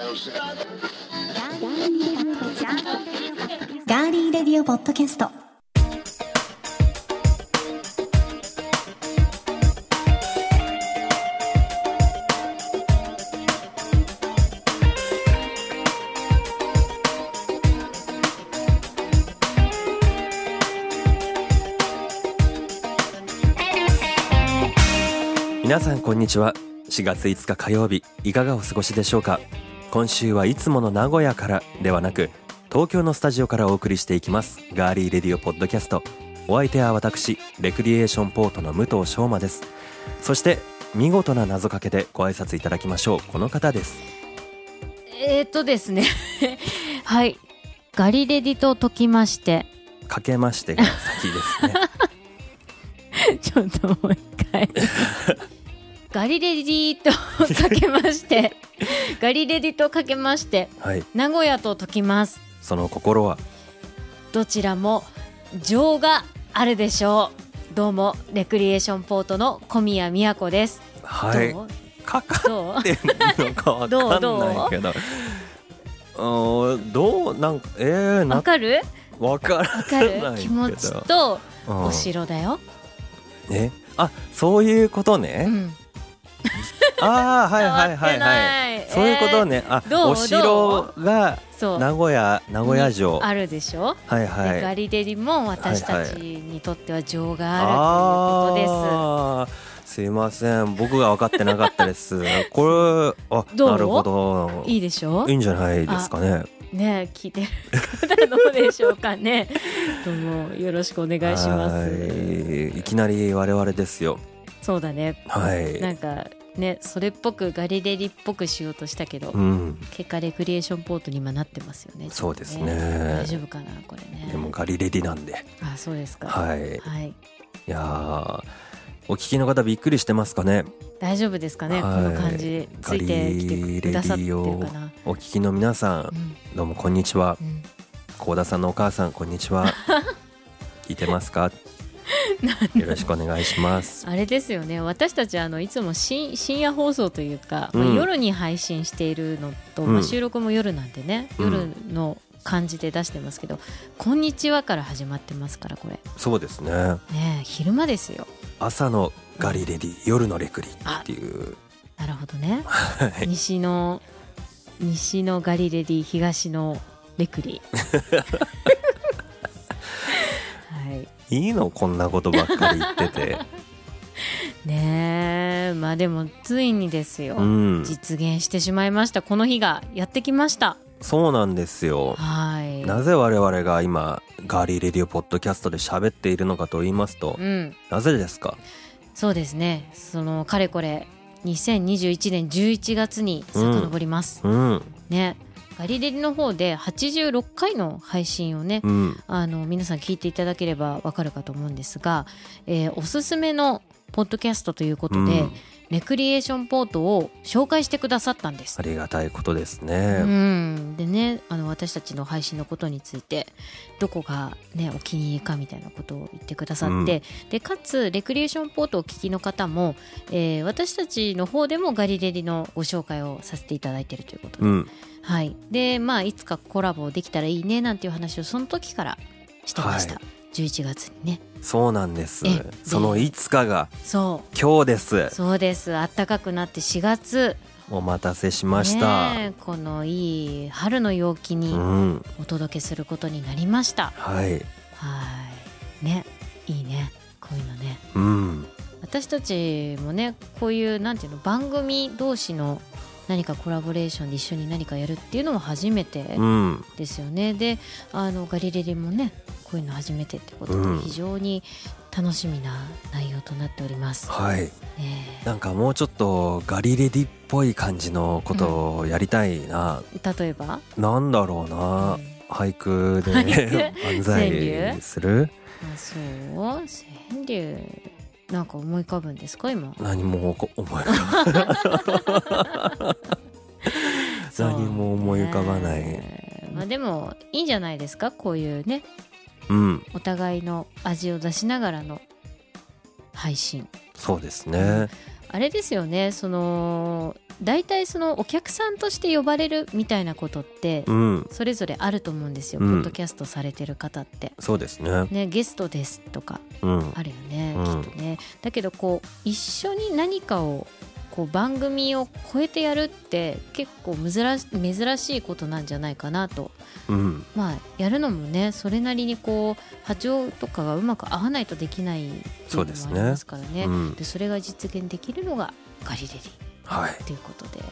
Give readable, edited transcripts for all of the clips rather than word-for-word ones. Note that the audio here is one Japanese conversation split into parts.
ガーリーレディオポッドキャスト。 皆さんこんにちは。4月5日火曜日、いかがお過ごしでしょうか。今週はいつもの名古屋からではなく東京のスタジオからお送りしていきますガーリーレディオポッドキャスト。お相手は私レクリエーションポートの武藤翔馬です。そして見事な謎かけでご挨拶いただきましょう。この方です。 ですねはいガリレディと解きましてかけましてが先ですねちょっともう一回ガリレディとかけましてガリレディとかけまして、はい、名古屋と解きます。 その心はどちらも情があるでしょう。どうもレクリエーションポートの小宮宮子です。 はい、かかってんのかわかんないけどどうなんかわかる？ わからないけど気持ちとお城だよ。 あ、そういうことね、ああはいはいはいはい、そういうことね。お城が名古屋城あるでしょ。 はいはい。 ガリレディも私たちにとっては城があるということです。 すいません、僕が分かってなかったですこれなるほど、 いいでしょ。 いいんじゃないですかね。 ね、聞いてる方どうでしょうかねどうもよろしくお願いします。 いきなり我々ですよ。 そうだね、 はい、 なんかね、それっぽくガリレディっぽくしようとしたけど、結果レクリエーションポートに今なってますよね。 そうですね。 大丈夫かなこれね。 でもガリレディなんで。 そうですか。 はい、はい、いやお聞きの方びっくりしてますかね。 大丈夫ですかね、この感じついてきてくださってるかな。 お聞きの皆さん、どうもこんにちは。幸田さんのお母さんこんにちは聞いてますかよろしくお願いします。 あれですよね、私たちいつも深夜放送というか、夜に配信しているのと、収録も夜なんでね、夜の感じで出してますけど、こんにちはから始まってますからこれ。そうですね。ね、昼間ですよ。 朝のガリレディ、夜のレクリっていう。 なるほどね西のガリレディ、東のレクリはい、 いいのこんなことばっかり言っててねえ、でもついにですよ、実現してしまいました。この日がやってきました。 そうなんですよ。はい、なぜ我々が今ガーリーレディオポッドキャストで喋っているのかと言いますと、なぜですか。 そうですね、かれこれ2021年11月に遡ります、ね。ガリレディの方で86回の配信をね、皆さん聞いていただければわかるかと思うんですが、おすすめのポッドキャストということで、レクリエーションポートを紹介してくださったんです。 ありがたいことですね。 でね、私たちの配信のことについてどこが、ね、お気に入りかみたいなことを言ってくださって、でかつレクリエーションポートをお聞きの方も、私たちの方でもガリレディのご紹介をさせていただいているということで、はい、でいつかコラボできたらいいねなんていう話をその時からしてました、11月にね。 そうなんです。そのいつかが今日です。 そうです。暖かくなって4月、 お待たせしました、 このいい春の陽気にお届けすることになりました、はいね、いいねこういうのね、私たちもね、こういうなんていうの、番組同士の何かコラボレーションで一緒に何かやるっていうのも初めてですよね、でガリレディもねこういうの初めてってことで、非常に楽しみな内容となっております、 なんかもうちょっとガリレディっぽい感じのことをやりたいな、 例えばなんだろうな、俳句で漫才する。 そう、川柳なんか思い浮かぶんですか今。 何も思い浮かば何も思い浮かばない、 でもいいんじゃないですか、こういうね、お互いの味を出しながらの配信。 そうですね、 あれですよね、 だいたいそのお客さんとして呼ばれるみたいなことってそれぞれあると思うんですよ、ポッドキャストされてる方って。 そうですね。 ゲストですとかあるよね、きっとね。だけどこう一緒に何かをこう番組を超えてやるって結構珍しいことなんじゃないかなと、まあやるのもねそれなりにこう波長とかがうまく合わないとできないっていうのもありますからね。でそれが実現できるのがガリレディということで、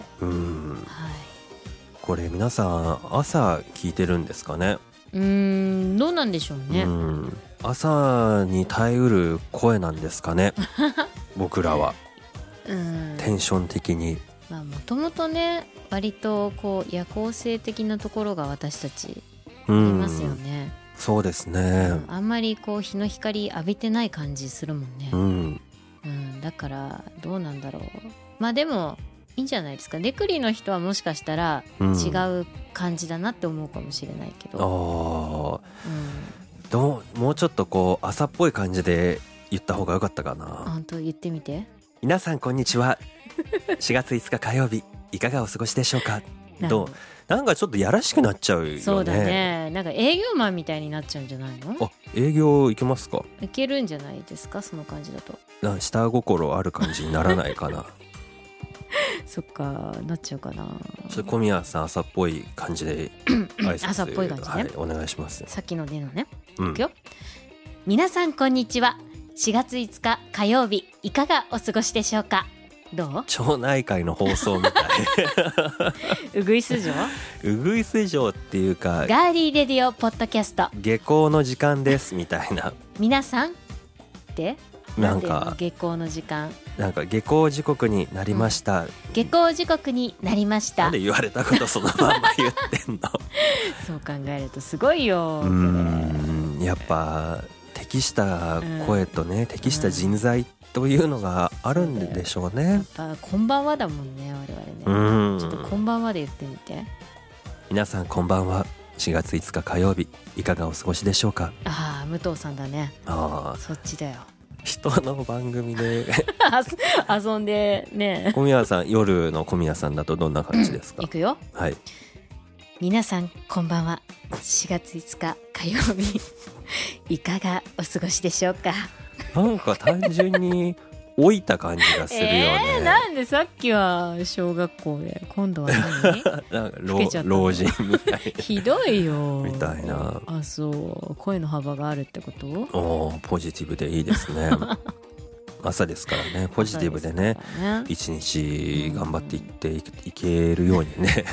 これ皆さん朝聞いてるんですかね。 どうなんでしょうね。 朝に耐えうる声なんですかね僕らは。テンション的にもともとね割とこう夜行性的なところが私たちありますよね。 そうですね、 あんまりこう日の光浴びてない感じするもんね。だからどうなんだろう。まあでもいいんじゃないですか。レクリの人はもしかしたら違う感じだなって思うかもしれないけど、もうちょっとこう朝っぽい感じで言った方が良かったかな。本当言ってみて。 皆さんこんにちは4月5日火曜日いかがお過ごしでしょうかなんかちょっとやらしくなっちゃうよね。 そうだね。なんか営業マンみたいになっちゃうんじゃないの。 営業行けますか。 いけるんじゃないですかその感じだと。 下心ある感じにならないかなそっかなっちゃうかな。 小宮さん朝っぽい感じで挨拶朝っぽい感じね、 お願いします。 さっきのねいくよ、皆さんこんにちは4月5日火曜日いかがお過ごしでしょうか。どう？ 町内会の放送みたいうぐいす城っていうかガーリーレディオポッドキャスト下校の時間ですみたいな。 皆さんってなんか下校の時間なんか下校時刻になりました、 下校時刻になりました。 なんで言われたことそのまま言ってんのそう考えるとすごいよ。 やっぱ適した声とね、適した人材というのがあるんでしょうね。 やっぱこんばんはだもんね我々ね。ちょっとこんばんはで言ってみて。 皆さんこんばんは4月5日火曜日いかがお過ごしでしょうか。 武藤さんだね。そっちだよ。 人の番組で遊んでね。 小宮さん夜の小宮さんだとどんな感じですか。 いくよ。 はい。 皆さんこんばんは4月5日火曜日いかがお過ごしでしょうか。 なんか単純に老いた感じがするよね。 なんでさっきは小学校で今度は何なんか老人みたいなひどいよみたいな。 そう声の幅があるってこと。 ポジティブでいいですね朝ですからね、ポジティブでね一日頑張っていっていけるようにね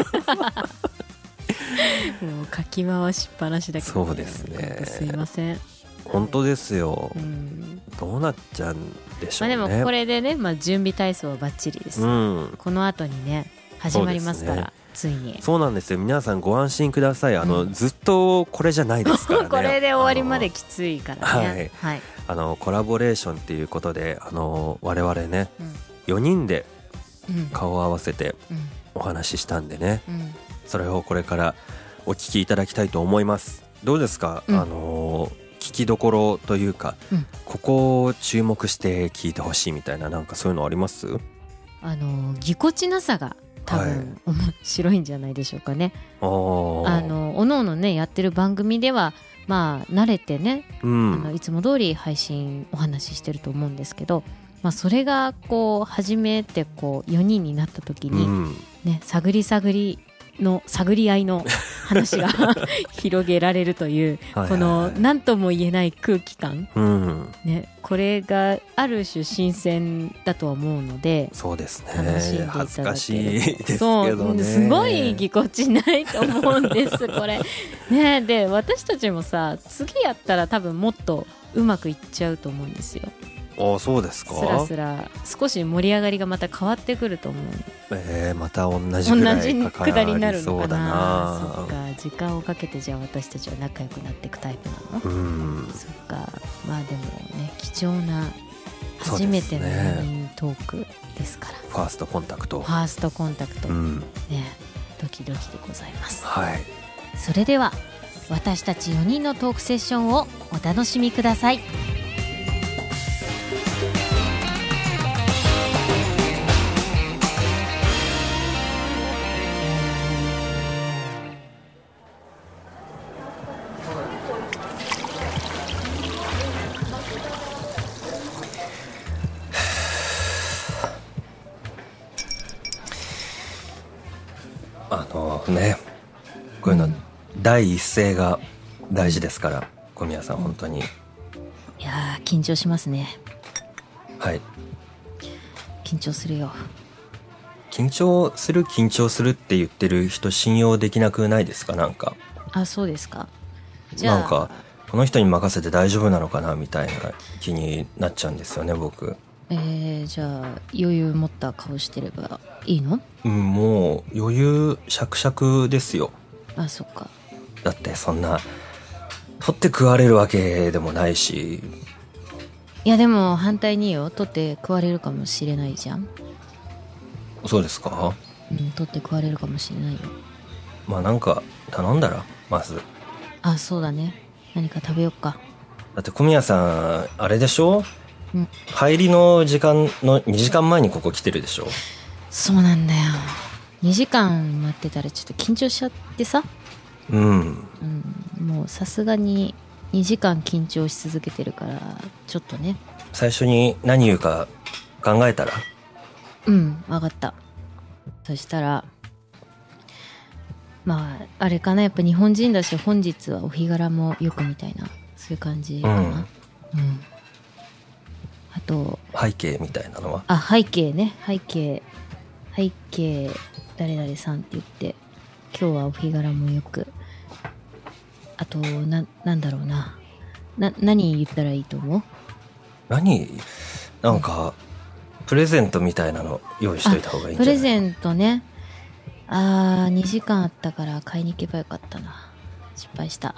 もうかき回しっぱなしだけど、 そうですね。 すいません。 本当ですよ、どうなっちゃうんでしょうね。 でもこれでね、準備体操はバッチリです、この後にね始まりますから、ついに。 そうなんですよ。皆さんご安心ください。ずっとこれじゃないですからねこれで終わりまできついからね。 コラボレーションっていうことで我々ね、4人で顔を合わせてお話ししたんでね、それをこれからお聞きいただきたいと思います。どうですか、聞きどころというか、ここを注目して聞いてほしいみたいな、なんかそういうのあります？ ぎこちなさが多分面白いんじゃないでしょうかね。おのおのねやってる番組では慣れてね、いつも通り配信お話ししてると思うんですけど、それがこう初めてこう4人になった時に、探り合いの話が広げられるというこの何とも言えない空気感、これがある種新鮮だとは思うので、 そうですね、 楽しんでいただける。 恥ずかしいですけどね。 すごいぎこちないと思うんですこれね。で私たちもさ次やったら多分もっとうまくいっちゃうと思うんですよ。 そうですか。 スラスラ少し盛り上がりがまた変わってくると思う。 また同じぐらいかかりになるのかな。 そっか、 時間をかけてじゃあ私たちは仲良くなっていくタイプなの？そっか。でもね貴重な初めての4人トークですから。 ファーストコンタクト、 ドキドキでございます。 それでは私たち4人のトークセッションをお楽しみください。 ね、こういうの、第一声が大事ですから小宮さん、本当に。 いやー緊張しますね。 はい、 緊張するよ。 緊張するって言ってる人信用できなくないですか？なんか。 あ、そうですか。じゃあなんかこの人に任せて大丈夫なのかなみたいな気になっちゃうんですよね、僕。 じゃあ余裕持った顔してればいいの？ もう余裕しゃくしゃくですよ。 あ、そっか。 だってそんな取って食われるわけでもないし。 いやでも反対によ、取って食われるかもしれないじゃん。 そうですか？ 取って食われるかもしれないよ。 まあなんか頼んだらまず。 あ、そうだね。何か食べよっか。 だって小宮さんあれでしょ、入りの時間の2時間前にここ来てるでしょ。 そうなんだよ。2時間待ってたらちょっと緊張しちゃってさ。もうさすがに2時間緊張し続けてるからちょっとね。 最初に何言うか考えたら。 分かった。そしたらまああれかな、やっぱ日本人だし本日はお日柄もよくみたいな、そういう感じかな。あと背景みたいなのは。 背景ね、背景誰々さんって言って今日はお日柄もよく。あとなんだろうな、何言ったらいいと思う？ なんかプレゼントみたいなの用意しといた方がいいんじゃない？プレゼントね。2時間あったから買いに行けばよかったな。失敗した。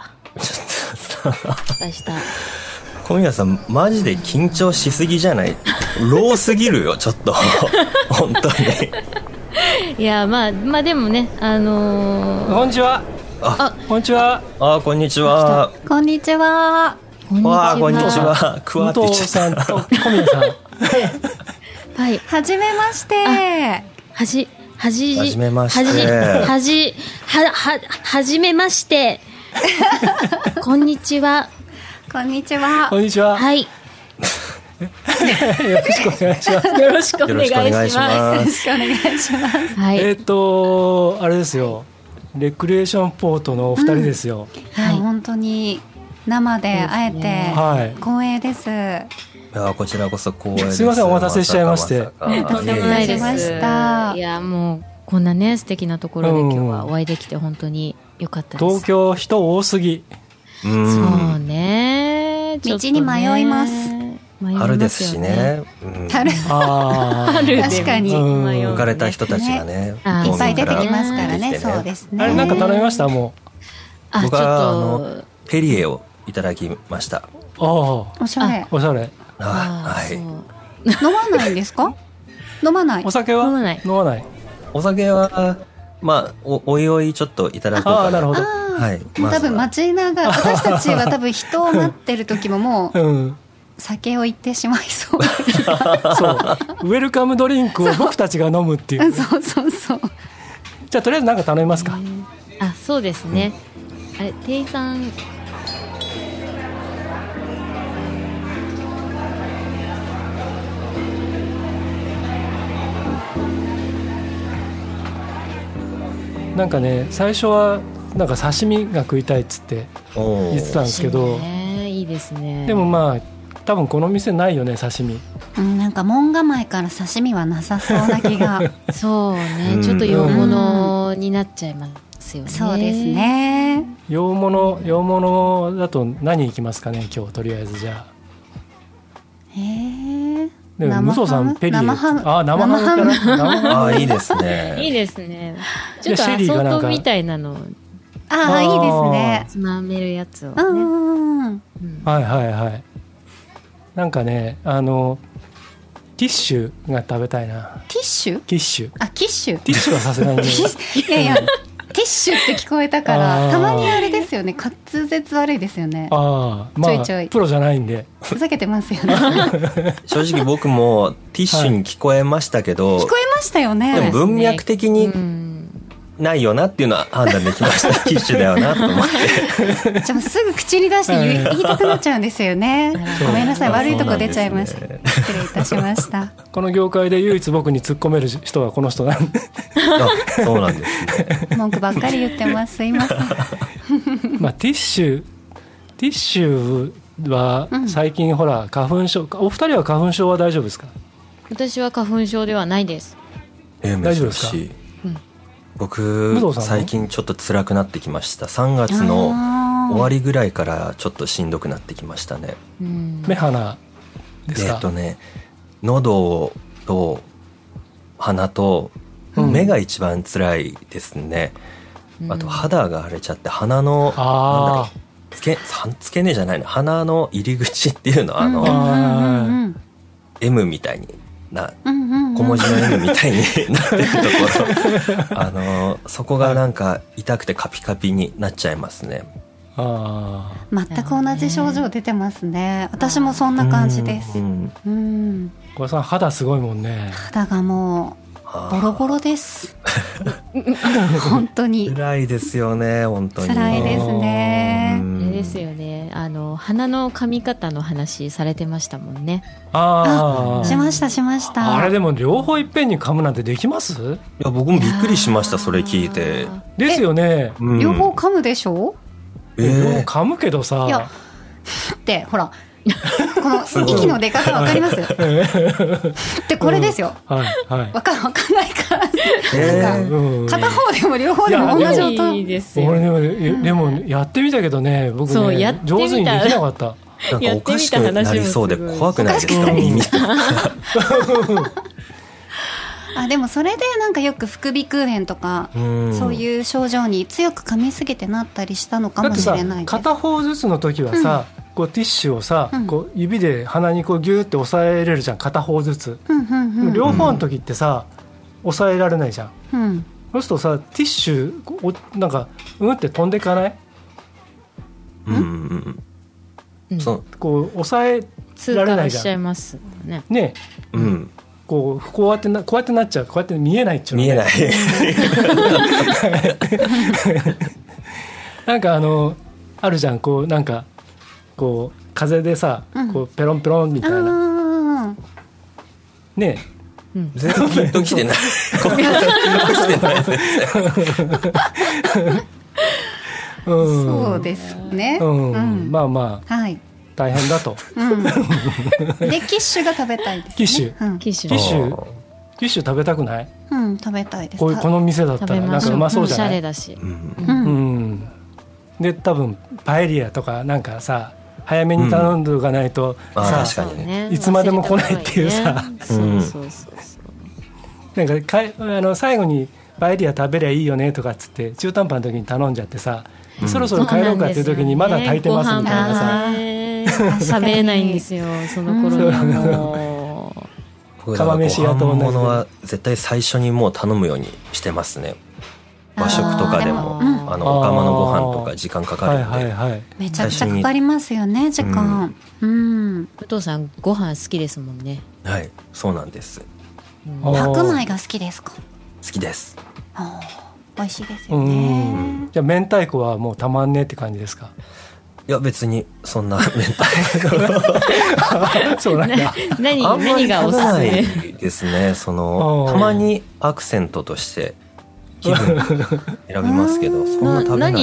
小宮さんマジで緊張しすぎじゃない？ローすぎるよちょっと本当に。 いやまあでもね、 こんにちは。こんにちは。 こんにちは。 こんにちは。 こんにちは。 クワって言っちゃった。武藤さんと小宮さん。 はい。はじめまして。 はじめまして。 はじめまして。こんにちは。 こんにちは。 こんにちは。 はい。よろしくお願いします。 よろしくお願いします。 よろしくお願いします。 はい。 あれですよ。レクリエーションポートのお二人ですよ。 はい、本当に生で会えて光栄です。 いやこちらこそ光栄です。 すいませんお待たせしちゃいまして。 とんでもないです。 いやもうこんなね素敵なところで今日はお会いできて本当に良かったです。 東京人多すぎ。 そうね。 道に迷います。 春ですしね。 春確かに浮かれた人たちがねいっぱい出てきますからね。そうですね。 あれなんか頼みましたもう。僕はペリエをいただきました。 おしゃれ。 おしゃれ。 はい。 飲まないんですか？飲まない。 お酒は飲まない。 お酒はまあおいおいちょっといただこうかな。 なるほど。 はい。 多分待ちながら私たちは多分人を待ってる時ももう酒を言ってしまいそう。 そう。ウェルカムドリンクを僕たちが飲むっていう。 そう。 じゃあとりあえず何か頼みますか。 そうですね。あれ店員さん。 なんかね最初はなんか刺身が食いたいっつって言ってたんですけど、 いいですね。 でもまあ多分この店ないよね刺身。 なんか門構えから刺身はなさそうな気が。 そうね、ちょっと洋物になっちゃいますよね。 そうですね。 洋物だと何いきますかね今日とりあえずじゃあ。でも武藤さんペリエ生ハムからいいですね。 いいですね。ちょっとアソートみたいなの。 いいですね。 つまめるやつをね。 はい。なんかねティッシュが食べたいな。 ティッシュ？ キッシュ。 キッシュ。 ティッシュはさすがに。 いやティッシュって聞こえたからたまにあれですよね。滑舌悪いですよね。 まあちょいプロじゃないんでふざけてますよね。 正直僕もティッシュに聞こえましたけど、 聞こえましたよね。 でも文脈的にないよなっていうのは判断できましたキッシュだよなと思ってじゃあすぐ口に出して言いたくなっちゃうんですよねごめんなさい、悪いとこ出ちゃいました、ね、失礼いたしましたこの業界で唯一僕に突っ込める人はこの人なんでそうなんですね文句ばっかり言ってます、すいませんまあティッシュは最近ほら花粉症、お二人は花粉症は大丈夫ですか？ 私は花粉症ではないです。 大丈夫ですか？ 僕最近ちょっと辛くなってきました。3月の終わりぐらいからちょっとしんどくなってきましたね。 目鼻ですか？ 喉と鼻と目が一番辛いですね、あと肌が荒れちゃって鼻の付け根じゃないの、鼻の入り口っていうのはM みたいにな小文字の M みたいになってるところそこがなんか痛くてカピカピになっちゃいますね。 全く同じ症状出てますね。私もそんな感じです。 小林さん肌すごいもんね。 肌がもうボロボロです本当に辛いですよね。本当に辛いですね。 ですよね。鼻の噛み方の話されてましたもんね。 しました。 あれでも両方いっぺんに噛むなんてできます？ いや僕もびっくりしました、それ聞いて。 ですよね、 両方噛むでしょ？ 噛むけどさ、 いやってほらこの息の出方わかりますってこれですよ、わかんないから片方でも両方でも同じ音いいですよ。 俺でもやってみたけどね、僕ね上手にできなかった。 なんかおかしくなりそうで怖くないですか？耳でもそれでなんかよく副鼻腔炎とかそういう症状に強く噛みすぎてなったりしたのかもしれないです。だってさ、片方ずつの時はさ、こうティッシュをさ、こう指で鼻にこうギューって押さえれるじゃん、片方ずつ、両方の時ってさ押さえられないじゃん、そうするとさティッシュなんかって飛んでいかない？こう押さえられないじゃん。 通過しちゃいますね。 ね、こうやってなっちゃう。こうやって見えないっちゅうの、ね、 見えないなんかあるじゃん、こうなんかこう風でさ、こうペロンペロンみたいなね。 全然ピンときてないそうですね。 まあまあ、大変だと。 でキッシュが食べたいですね。 キッシュ食べたくない？ 食べたいです。 この店だったらなんかうまそうじゃない？ おしゃれだし。 で多分パエリアとかなんかさ早めに頼んでおかないとさ、 確かにね、 いつまでも来ないっていうさ、なんか最後にパエリア食べりゃいいよねとかっつって中途半端の時に頼んじゃってさ、そろそろ帰ろうかっていう時にまだ炊いてますみたいなさ、 食べれないんですよその頃にはもう。釜飯屋と同じで。 ご飯物は絶対最初にもう頼むようにしてますね。和食とかでもお釜のご飯とか時間かかるんで、 めちゃくちゃかかりますよね、時間。 武藤さんご飯好きですもんね。 はい、そうなんです。 白米が好きですか？ 好きです。 美味しいですよね。 じゃあ明太子はもうたまんねえって感じですか？ いや別にそんな明太子そうなんだ。 何がおすすめですね。たまにアクセントとして気分選びますけど、そんな食べない。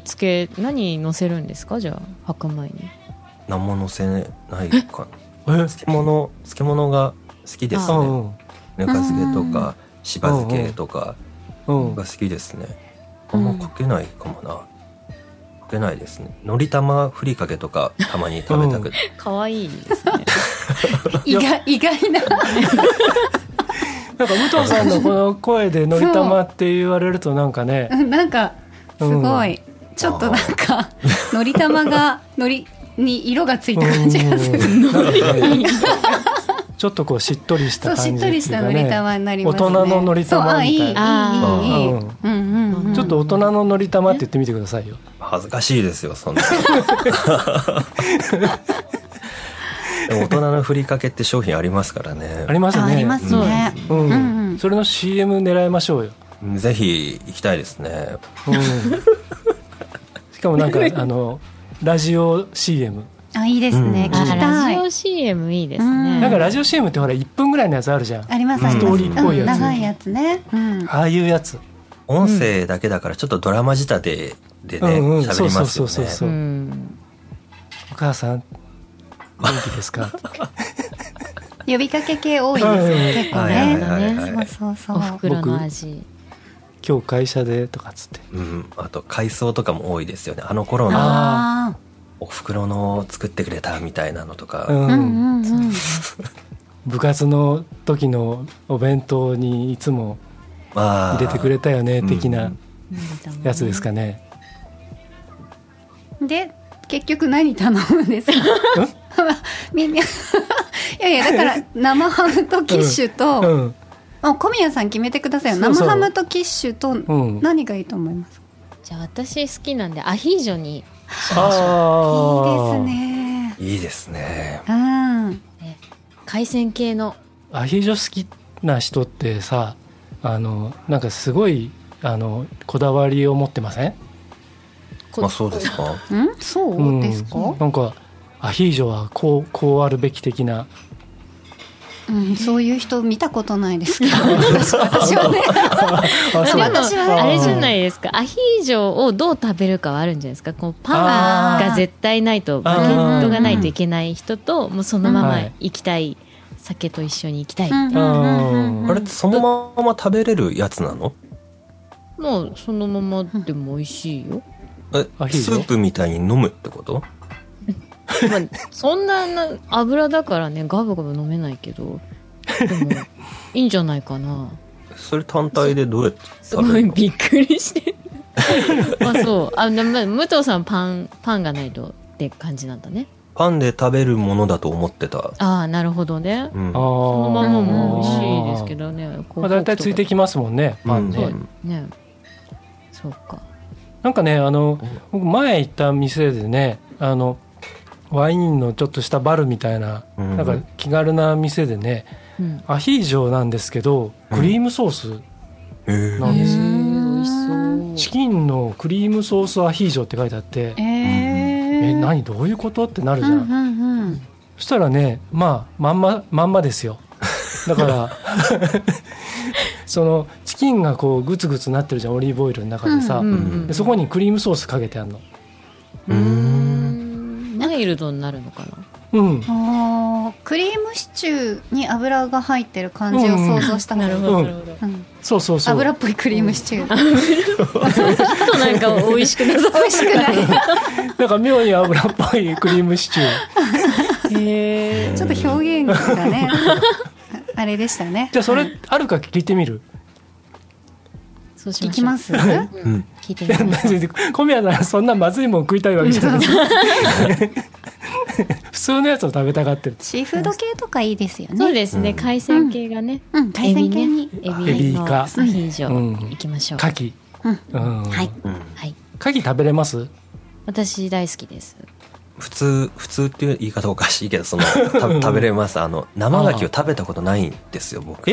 何乗せるんですか？じゃあ白米に何も乗せないかな。漬物が好きですね。ぬか漬けとかしば漬けとかが好きですね。あんまかけないかもな。かけないですね。のり玉ふりかけとかたまに食べたくて。 可愛いですね。 意外な。 なんか武藤さんのこの声でのり玉って言われるとなんかね、 なんかすごい、ちょっとなんかのり玉がのりに色がついた感じがする。 ちょっとこうしっとりした感じっていうかね。 しっとりしたのり玉になりますね。 大人ののり玉みたいな。 いい。 ちょっと大人ののり玉って言ってみてくださいよ。 恥ずかしいですよそんな。でも大人のふりかけって商品ありますからね。 ありますね。 ありますね。 それの CM 狙いましょうよ。 ぜひ行きたいですね、 しかもなんかラジオ CM、 いいですね、聞きたい。 ラジオ CM いいですね。 なんかラジオ CM ってほら1分ぐらいのやつあるじゃん。 あります、 ストーリーっぽいやつ、 長いやつね、 ああいうやつ、 音声だけだからちょっとドラマ仕立てでね喋りますよね。 お母さん元気ですか呼びかけ系多いですよ、結構ね。そうそうそう、 お袋の味、 今日会社でとかっつって、 あと回想とかも多いですよね。あの頃のお袋の作ってくれたみたいなのとか、 部活の時のお弁当にいつも入れてくれたよね的なやつですかね。 で結局何頼むんですかみんな、いやいや、だから生ハムとキッシュと、小宮さん決めてくださいよ。生ハムとキッシュと何がいいと思います？ じゃあ私好きなんでアヒージョにしましょう。いいですね。 いいですね。 海鮮系のアヒージョ好きな人ってさ、なんかすごいこだわりを持ってません？ そうですか。 そうですか。 なんかアヒージョはこうあるべき的な、 そういう人見たことないですけど私はね私はあれじゃないですか、アヒージョをどう食べるかはあるんじゃないですか。こうパンが絶対ないと、バゲットがないといけない人と、もうそのまま行きたい、酒と一緒に行きたいっていう、 あれってそのまま食べれるやつなの？ もうそのままでも美味しいよ。 スープみたいに飲むってこと？ そんな油だからねガブガブ飲めないけど、でもいいんじゃないかな。 それ単体でどうやってすごいびっくりしてそう武藤さんパンがないとって感じなんだね。 パンで食べるものだと思ってた。 なるほどね、そのままも美味しいですけどね。 だいたいついてきますもんね、パンね。 そうか。なんかね僕前行った店でねワインのちょっとしたバルみたいな、なんか気軽な店でね、アヒージョなんですけどクリームソースなんですよ。 美味しそう。 チキンのクリームソースアヒージョって書いてあって、何どういうことってなるじゃん、そしたらねまんまですよ。だからそのチキンがこうグツグツなってるじゃん、オリーブオイルの中でさ、でそこにクリームソースかけてあるの。 マイルドになるのかな。 クリームシチューに油が入ってる感じを想像した方がいい。 そう油っぽいクリームシチューちょっとなんか美味しくないなんか妙に油っぽいクリームシチューちょっと表現がねあれでしたね。 じゃあそれあるか聞いてみる？ そうしましょう。 聞きます？ 聞いてみます。 小宮さんそんなまずいもん食いたいわけじゃない普通のやつを食べたがってる。 シーフード系とかいいですよね。 そうですね、海鮮系がね、 海鮮系にエビのアヒージョいきましょう。 カキ、 はい。 カキ食べれます？ 私大好きです。 普通っていう言い方おかしいけど食べれます。生牡蠣を食べたことないんですよ僕。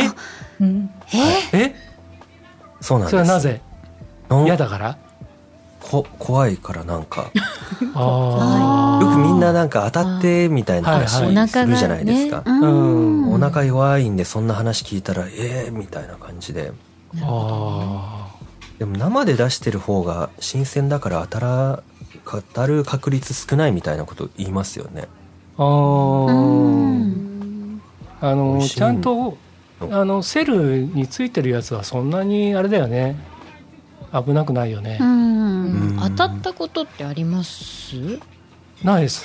そうなんです。 それはなぜ？嫌だから？ 怖いからなんかよくみんななんか当たってみたいな話するじゃないですか。お腹弱いんでそんな話聞いたらみたいな感じで。でも生で出してる方が新鮮だから当たる確率少ないみたいなこと言いますよね。 ちゃんとセルについてるやつはそんなにあれだよね、危なくないよね。 当たったことってあります？ ないです。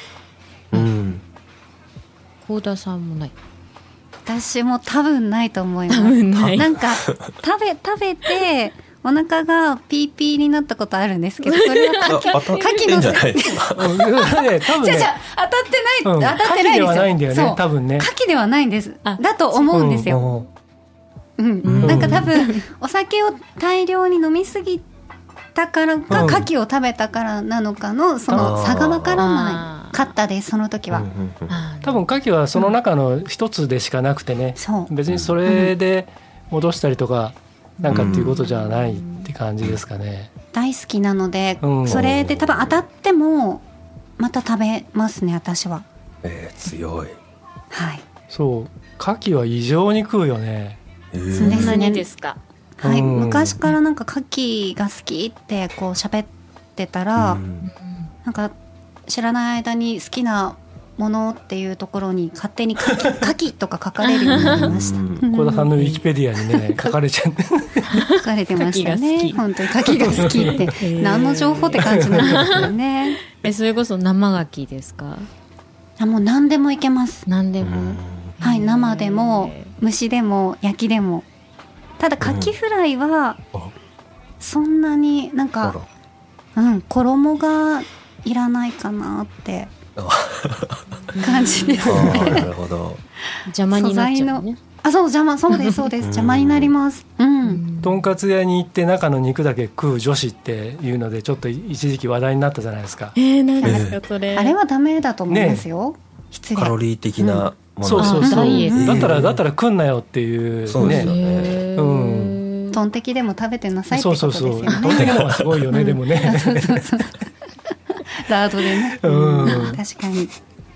幸田さんもない？ 私も多分ないと思います。なんか食べてお腹がピーピーになったことあるんですけど、それは牡蠣のじゃないですか。 多分ね、当たってないですよ。 牡蠣ではないんだよね、多分ね。 牡蠣ではないんです。だと思うんですよ。なんか多分お酒を大量に飲みすぎたからか、牡蠣を食べたからなのかのその差が分からなかったです、その時は。 多分牡蠣はその中の一つでしかなくてね、別にそれで戻したりとかなんかっていうことじゃないって感じですかね。 大好きなので、それで多分当たってもまた食べますね私は。 強い。 はい。 そう牡蠣は異常に食うよね。 そんなにですか。 はい、昔からなんか牡蠣が好きってこう喋ってたら、なんか知らない間に好きなものっていうところに勝手に牡蠣とか書かれるようになりました。 小田さんのウィキペディアにね書かれちゃう書かれてましたね。本当に牡蠣が好きって何の情報って感じなんですよね。 それこそ生牡蠣ですか。 もう何でもいけます。 何でも。 はい、生でも蒸しでも焼きでも。ただ牡蠣フライはそんなになんか、衣がいらないかなって感じですね。 なるほど。 邪魔になっちゃうね。 そうです邪魔になります。 とんかつ屋に行って中の肉だけ食う女子っていうのでちょっと一時期話題になったじゃないですか。 何ですかそれ。 あれはダメだと思いますよ。失礼。 カロリー的なもの。 そうだったら食んなよっていうね。 トンテキでも食べてなさいってことですよね。 トンテキの方がすごいよね。でもね。 ラードでね。確かに。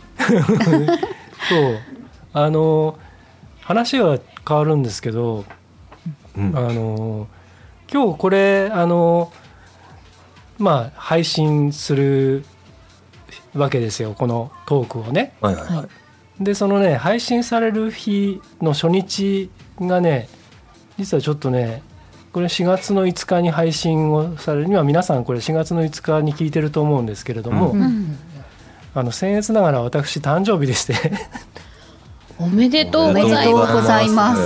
そう。話は変わるんですけど、今日これ配信するわけですよ、このトークをね。でそのね配信される日の初日がね、実はちょっとねこれ4月の5日に配信をされるには、皆さんこれ4月の5日に聞いてると思うんですけれども、僭越ながら私誕生日でしておめでとうございます。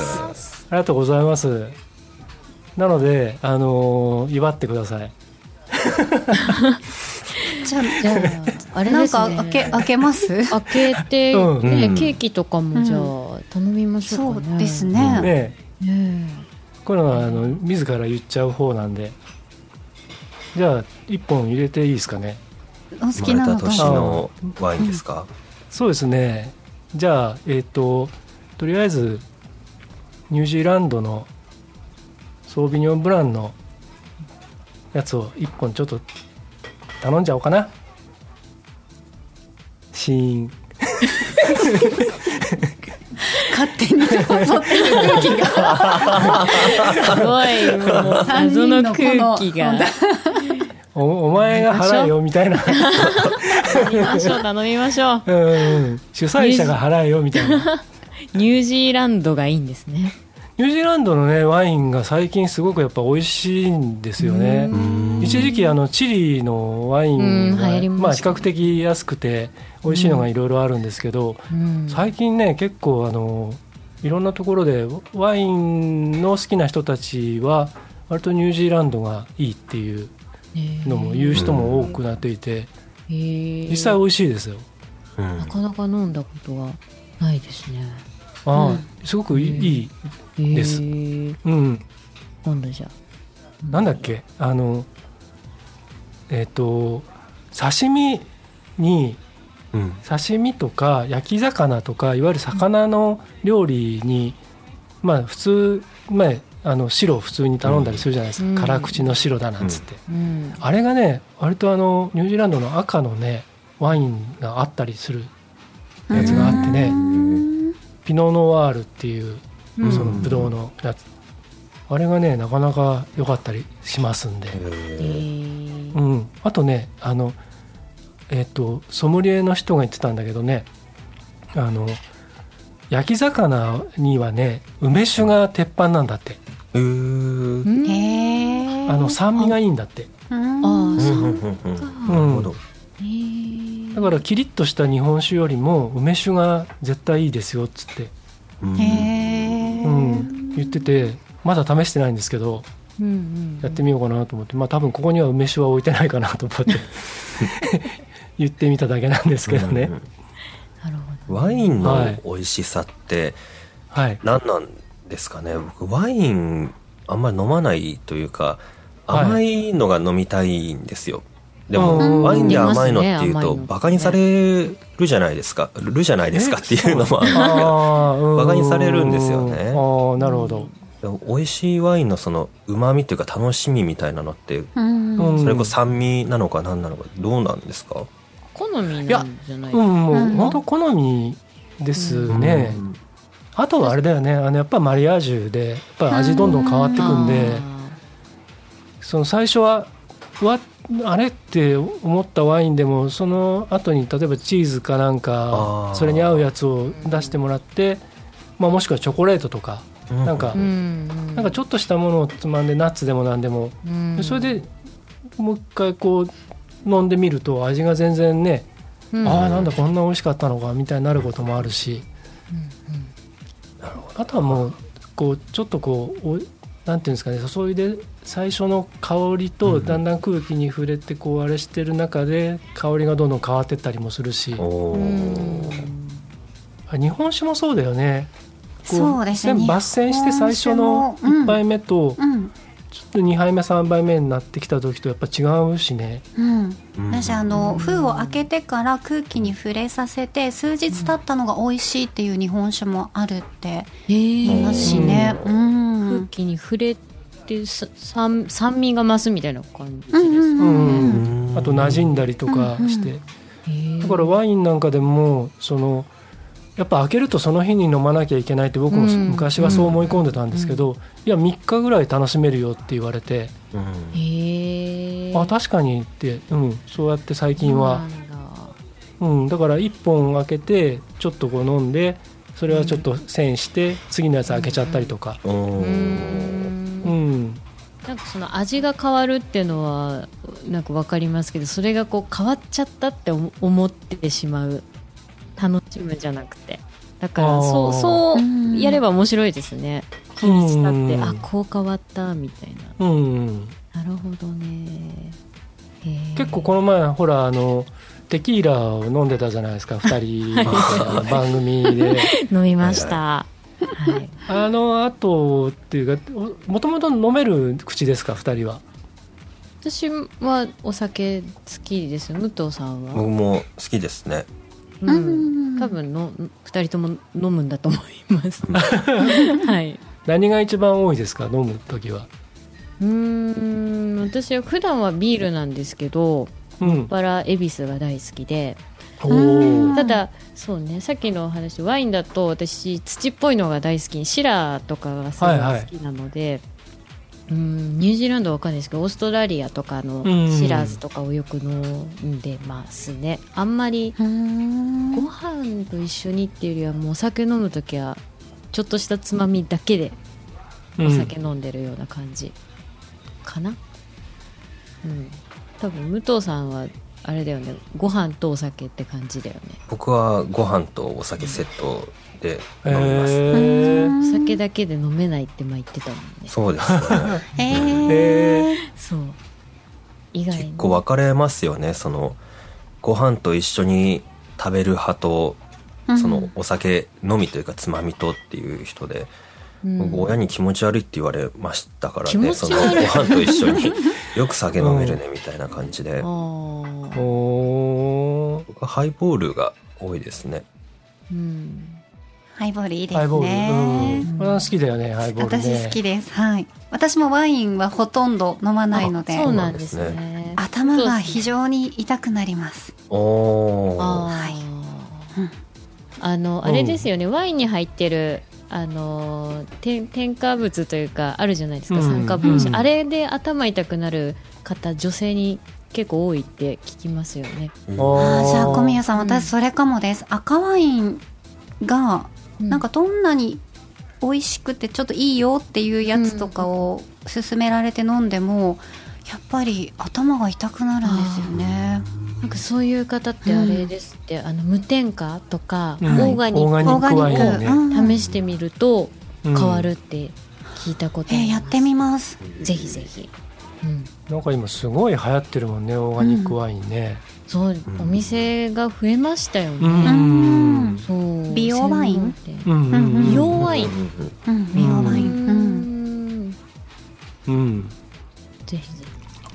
ありがとうございます。なので祝ってください。 じゃああれですね。なんか開けます？ 開けて、ケーキとかもじゃあ頼みましょうかね。 そうですね。 こういうのは自ら言っちゃう方なんで、じゃあ1本入れていいですかね。 お好きなの年のワインですか？ そうですね。じゃあとりあえずニュージーランドのソービニョンブランのやつを1本ちょっと頼んじゃおうかな。シーン勝手に襲ってる空気がすごいもう謎の空気がお前が払えよみたいな頼みましょう、 主催者が払えよみたいな。 ニュージーランドがいいんですね。 ニュージーランドのねワインが最近すごくやっぱ美味しいんですよね。一時期チリのワインが比較的安くて美味しいのがいろいろあるんですけど、最近ね結構いろんなところでワインの好きな人たちは割とニュージーランドがいいっていうのも言う人も多くなっていて、実際美味しいですよ。 なかなか飲んだことがないですね。 すごくいいです。今度じゃなんだっけ刺身に、刺身とか焼き魚とかいわゆる魚の料理に普通白を普通に頼んだりするじゃないですか、辛口の白だなんつって、あれがね割とニュージーランドの赤のねワインがあったりするやつがあってね、ピノノワールっていうそのブドウのやつ、あれがねなかなか良かったりしますんで、あとねソムリエの人が言ってたんだけどね、焼き魚にはね梅酒が鉄板なんだって。酸味がいいんだって。だからキリッとした日本酒よりも梅酒が絶対いいですよっつって言ってて、まだ試してないんですけど、やってみようかなと思って、多分ここには梅酒は置いてないかなと思って言ってみただけなんですけどね。 ワインの美味しさって何なんですかね。僕ワインあんまり飲まないというか、甘いのが飲みたいんですよ。でもワインで甘いのっていうとバカにされるじゃないですか、っていうのもあるんだけどバカにされるんですよね。 なるほど。 美味しいワインのその旨味というか楽しみみたいなのって、それこそ酸味なのか何なのかどうなんですか？ 好みなんじゃないですか？ もう本当好みですね。あとはあれだよね、やっぱマリアージュでやっぱ味どんどん変わってくんで、その最初はあれって思ったワインでもその後に例えばチーズかなんかそれに合うやつを出してもらって、もしくはチョコレートとかなんかちょっとしたものをつまんでナッツでもなんでも、それでもう一回こう飲んでみると味が全然ね、なんだこんな美味しかったのかみたいになることもあるし、あとはもうこうちょっとこうなんていうんですかね、注いで最初の香りとだんだん空気に触れてこうあれしてる中で香りがどんどん変わってったりもするし、日本酒もそうだよね。 そうですね、 全部抜栓して最初の1杯目とちょっと2杯目3杯目になってきた時とやっぱ違うしね。 私封を開けてから空気に触れさせて数日経ったのが美味しいっていう日本酒もあるって言いますしね。 空気に触れて酸味が増すみたいな感じですね。 あと馴染んだりとかして、だからワインなんかでもやっぱ開けるとその日に飲まなきゃいけないって僕も昔はそう思い込んでたんですけど、いや3日ぐらい楽しめるよって言われて、確かにって、そうやって最近は、だから1本開けてちょっとこう飲んでそれはちょっと栓して次のやつ開けちゃったりとか、 なんかその味が変わるっていうのはなんか分かりますけど、それがこう変わっちゃったって思ってしまう、楽しむじゃなくて、だからそうやれば面白いですね。日にち経ってこう変わったみたいな。なるほどね。 結構この前ほらテキーラを飲んでたじゃないですか2人で番組で飲みました。 あとっていうか、もともと飲める口ですか2人は？ 私はお酒好きですよ。武藤さんは？ 僕も好きですね。 多分2人とも飲むんだと思いますはい。 何が一番多いですか、飲むときは？ 私は普段はビールなんですけど、もっぱら恵比寿が大好きで、ただそうね、さっきの話ワインだと私土っぽいのが大好き、シラーとかがすごい好きなので、ニュージーランドは分かんないですけどオーストラリアとかのシラーズとかをよく飲んでますね。あんまりご飯と一緒にっていうよりはもうお酒飲むときはちょっとしたつまみだけでお酒飲んでるような感じかな。多分武藤さんはあれだよね、ご飯とお酒って感じだよね。 僕はご飯とお酒セットで飲みます、 お酒だけで飲めないって言ってたもんね。 そうですねそう意外に結構分かれますよね。そのご飯と一緒に食べる派と、そのお酒のみというかつまみとっていう人で、僕親に気持ち悪いって言われましたからね。そのご飯と一緒によく酒飲めるねみたいな感じで、僕はハイボールが多いですね。 ハイボールいいですね。 これは好きだよね、ハイボールね。 私好きです。私もワインはほとんど飲まないので。 そうなんですね。 頭が非常に痛くなります。 あれですよね、ワインに入ってる添加物というかあるじゃないですか、酸化分子、あれで頭痛くなる方女性に結構多いって聞きますよね。 じゃあ小宮さん、私それかもです。赤ワインがなんかどんなに美味しくてちょっといいよっていうやつとかを勧められて飲んでもやっぱり頭が痛くなるんですよね。 なんかそういう方ってあれですって、無添加とか、オーガニック試してみると変わるって聞いたことあります。 やってみます。 ぜひぜひ。 なんか今すごい流行ってるもんね、オーガニックワインね。 そう、お店が増えましたよね。 そう美容ワイン、 美容ワイン、 美容ワイン、 ぜひぜひ。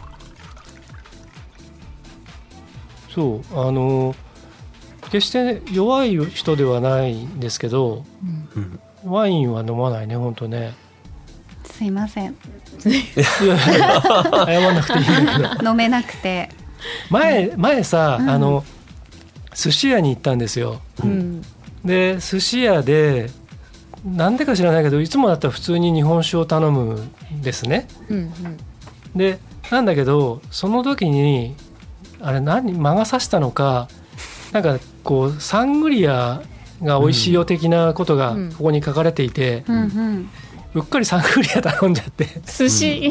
そう決して弱い人ではないんですけど、ワインは飲まないね、本当ね。 すいません謝らなくていいんだけど飲めなくて前さ、寿司屋に行ったんですよ、で寿司屋でなんでか知らないけどいつもだったら普通に日本酒を頼むんですね、でなんだけどその時にあれ魔が差したのかなんかこうサングリアが美味しいよ的なことがここに書かれていて、うっかりサングリア頼んじゃって寿司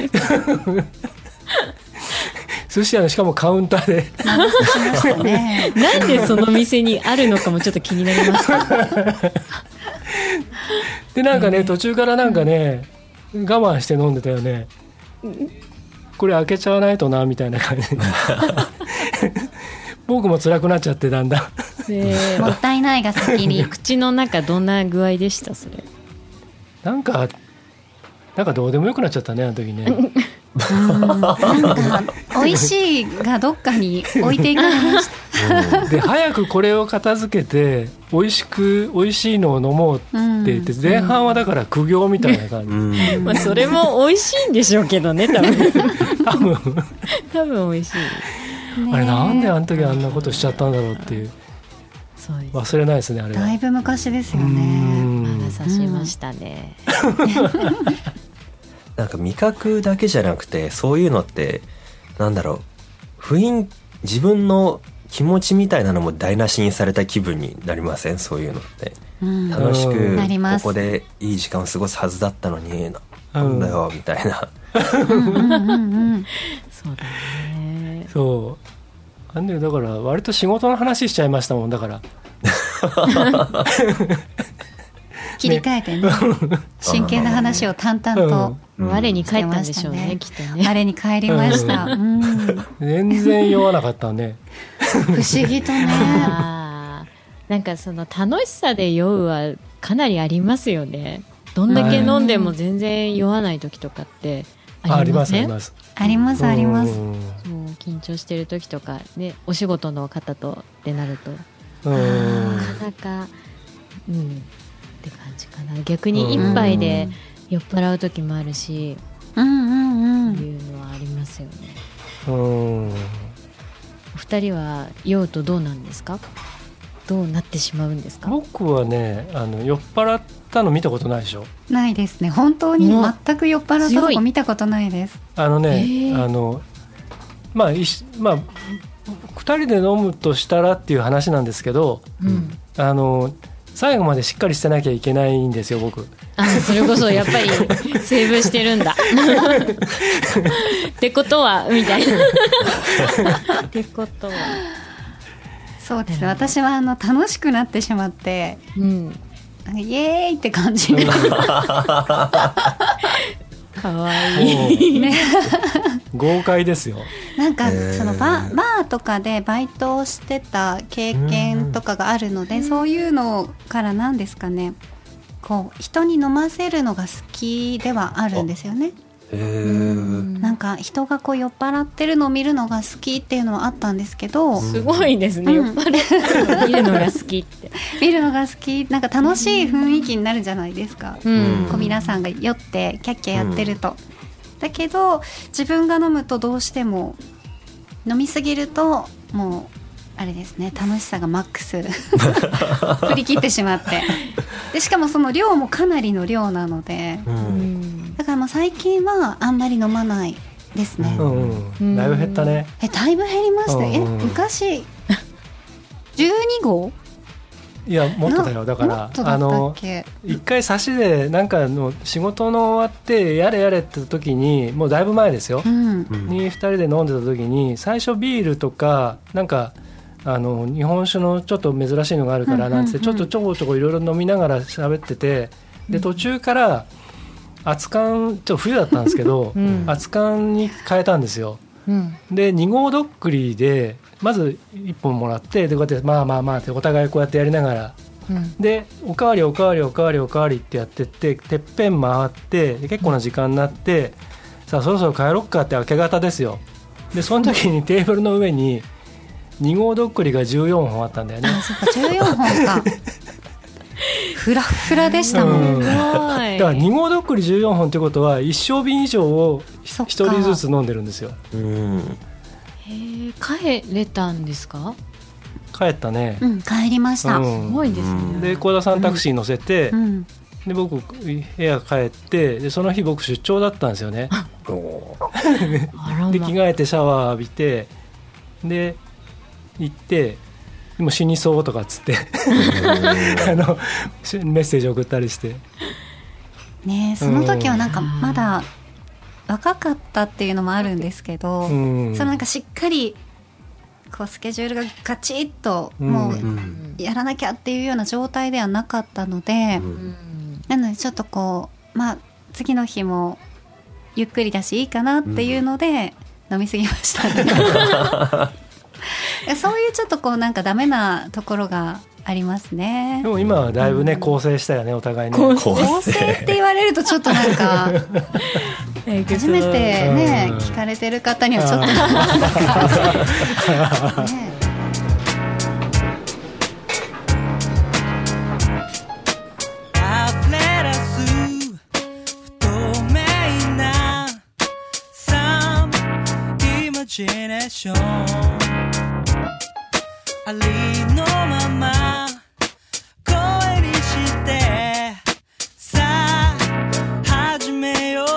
寿司屋のしかもカウンターでなんでその店にあるのかもちょっと気になりますでなんかね、途中からなんかね、我慢して飲んでたよね。これ開けちゃわないとなみたいな感じ僕も辛くなっちゃってだんだんもったいないが先に口の中どんな具合でしたそれ？ なんかどうでもよくなっちゃったねあの時ねなんか美味しいがどっかに置いていかれましたで早くこれを片付けて美味しいのを飲もうって言って、前半はだから苦行みたいな感じ、 まあそれも美味しいんでしょうけどね多分美味しい、 あれなんであの時あんなことしちゃったんだろうっていう、忘れないですねあれは。 だいぶ昔ですよね。 魔が差しましたねなんか味覚だけじゃなくてそういうのってなんだろう、自分の気持ちみたいなのも台無しにされた気分になりません？そういうのって、楽しくここでいい時間を過ごすはずだったのになんだよみたいなそうだね。 そうだから割と仕事の話しちゃいましたもんだから切り替えてね真剣な話を淡々と、 我に返ったんでしょうね、きっとね。 我に返りました、 全然酔わなかったね不思議とねなんかその楽しさで酔うはかなりありますよね。どんだけ飲んでも全然酔わない時とかってありません？ ありますあります。 もう緊張してる時とかね、お仕事の方とってなるとなかなかって感じかな。逆に一杯で酔っ払う時もあるし、いうのはありますよね。お二人は酔うとどうなんですか？どうなってしまうんですか？ 僕はね酔っ払ったの見たことないでしょ？ ないですね。本当に全く酔っ払ったとこ見たことないです。 まあ2人で飲むとしたらっていう話なんですけど、最後までしっかりしてなきゃいけないんですよ僕。 それこそやっぱりセーブしてるんだってことはみたいなってことはそうですね。私は楽しくなってしまって、イエーイって感じにかわいいね豪快ですよ。 なんかそのバーとかでバイトをしてた経験とかがあるので、そういうのからなんですかね、こう人に飲ませるのが好きではあるんですよね。なんか人がこう酔っ払ってるのを見るのが好きっていうのはあったんですけど、 すごいですね、酔っ払ってるの見るのが好きって見るのが好き、なんか楽しい雰囲気になるじゃないですか、こう皆さんが酔ってキャッキャやってると、だけど自分が飲むとどうしても飲みすぎるともうあれですね、楽しさがマックス振り切ってしまってでしかもその量もかなりの量なので、だからもう最近はあんまり飲まないですね。 だいぶ減ったね。 だいぶ減りました。昔12号いやもっとだよ。だから一回差しでなんかの仕事の終わってやれって時にもうだいぶ前ですよ、に2人で飲んでた時に最初ビールとかなんか日本酒のちょっと珍しいのがあるからなんてちょっとちょこちょこいろいろ飲みながら喋ってて、で途中から熱燗ちょっと冬だったんですけど、熱燗に変えたんですよ、で2合どっくりでまず1本もらって、でこうやってまあってお互いこうやってやりながら、でおかわりってやってっててっぺん回ってで結構な時間になって、さあそろそろ帰ろっかって明け方ですよ。でその時にテーブルの上に2合どっくりが14本あったんだよね。 そうか14本かフラフラでしたもん、 だから2合どっくり14本ってことは1升瓶以上を1人ずつ飲んでるんですよ。 帰れたんですか？ 帰ったね、 帰りました、 すごいですね。で幸田さんタクシー乗せて、で僕部屋帰って、でその日僕出張だったんですよね。で着替えてシャワー浴びて、で行ってでも死にそうとかっつってメッセージ送ったりしてね。その時はなんかまだ若かったっていうのもあるんですけど、そのなんかしっかりこうスケジュールがガチッともうやらなきゃっていうような状態ではなかったので、なのでちょっとこう次の日もゆっくりだしいいかなっていうので飲みすぎましたね。そういうちょっとこうなんかダメなところがありますね。 でも今はだいぶね、構成したよね、お互いね。 構成って言われるとちょっとなんか初めてね聞かれてる方にはちょっとね。 ありのまま声にしてさあ始めよう。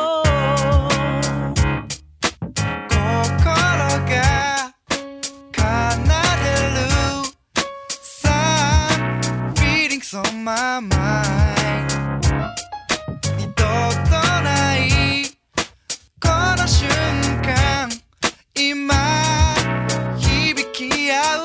心が奏でる Some feelings on my mind 二度とないこの瞬間今響き合う